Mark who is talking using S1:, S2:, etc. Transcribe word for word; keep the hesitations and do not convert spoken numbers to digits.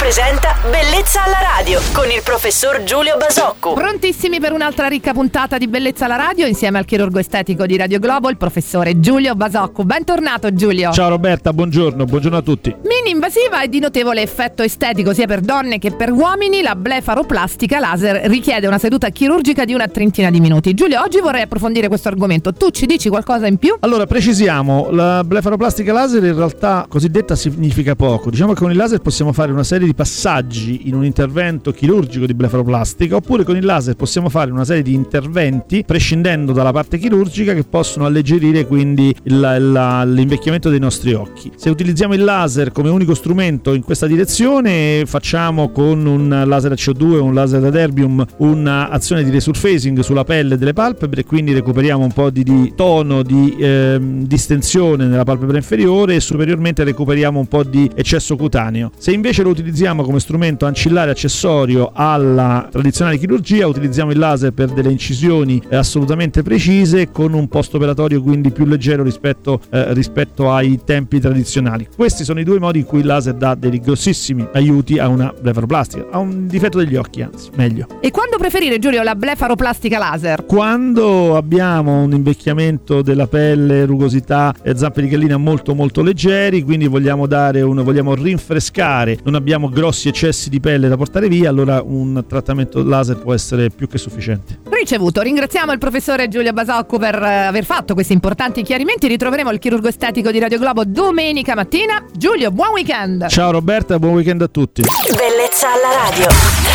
S1: presenta Bellezza alla radio con il professor Giulio Basocco.
S2: Prontissimi per un'altra ricca puntata di Bellezza alla radio insieme al chirurgo estetico di Radio Globo, il professore Giulio Basocco. Bentornato Giulio.
S3: Ciao Roberta, buongiorno, buongiorno a tutti.
S2: Mini invasiva e di notevole effetto estetico sia per donne che per uomini, la blefaroplastica laser richiede una seduta chirurgica di una trentina di minuti. Giulio, oggi vorrei approfondire questo argomento. Tu ci dici qualcosa in più?
S3: Allora, precisiamo, la blefaroplastica laser in realtà cosiddetta significa poco. Diciamo che con il laser possiamo fare una serie di passaggi in un intervento chirurgico di blefaroplastica, oppure con il laser possiamo fare una serie di interventi prescindendo dalla parte chirurgica che possono alleggerire quindi il, la, l'invecchiamento dei nostri occhi. Se utilizziamo il laser come unico strumento in questa direzione, facciamo con un laser a C O due o un laser ad erbium un'azione di resurfacing sulla pelle delle palpebre, quindi recuperiamo un po' di, di tono, di eh, distensione nella palpebra inferiore e superiormente recuperiamo un po' di eccesso cutaneo. Se invece lo utilizziamo come strumento ancillare accessorio alla tradizionale chirurgia, utilizziamo il laser per delle incisioni eh, assolutamente precise, con un post operatorio quindi più leggero rispetto, eh, rispetto ai tempi tradizionali. Questi sono i due modi in cui il laser dà dei grossissimi aiuti a una blefaroplastica, a un difetto degli occhi, anzi, meglio.
S2: E quando preferire, Giulio, la blefaroplastica laser?
S3: Quando abbiamo un invecchiamento della pelle, rugosità e zampe di gallina molto molto leggeri, quindi vogliamo dare un, vogliamo rinfrescare, non abbiamo grossi eccessi di pelle da portare via, allora un trattamento laser può essere più che sufficiente.
S2: Ricevuto, ringraziamo il professore Giulio Basocco per aver fatto questi importanti chiarimenti. Ritroveremo il chirurgo estetico di Radio Globo domenica mattina. Giulio, buon weekend!
S3: Ciao Roberta, buon weekend a tutti.
S1: Bellezza alla radio.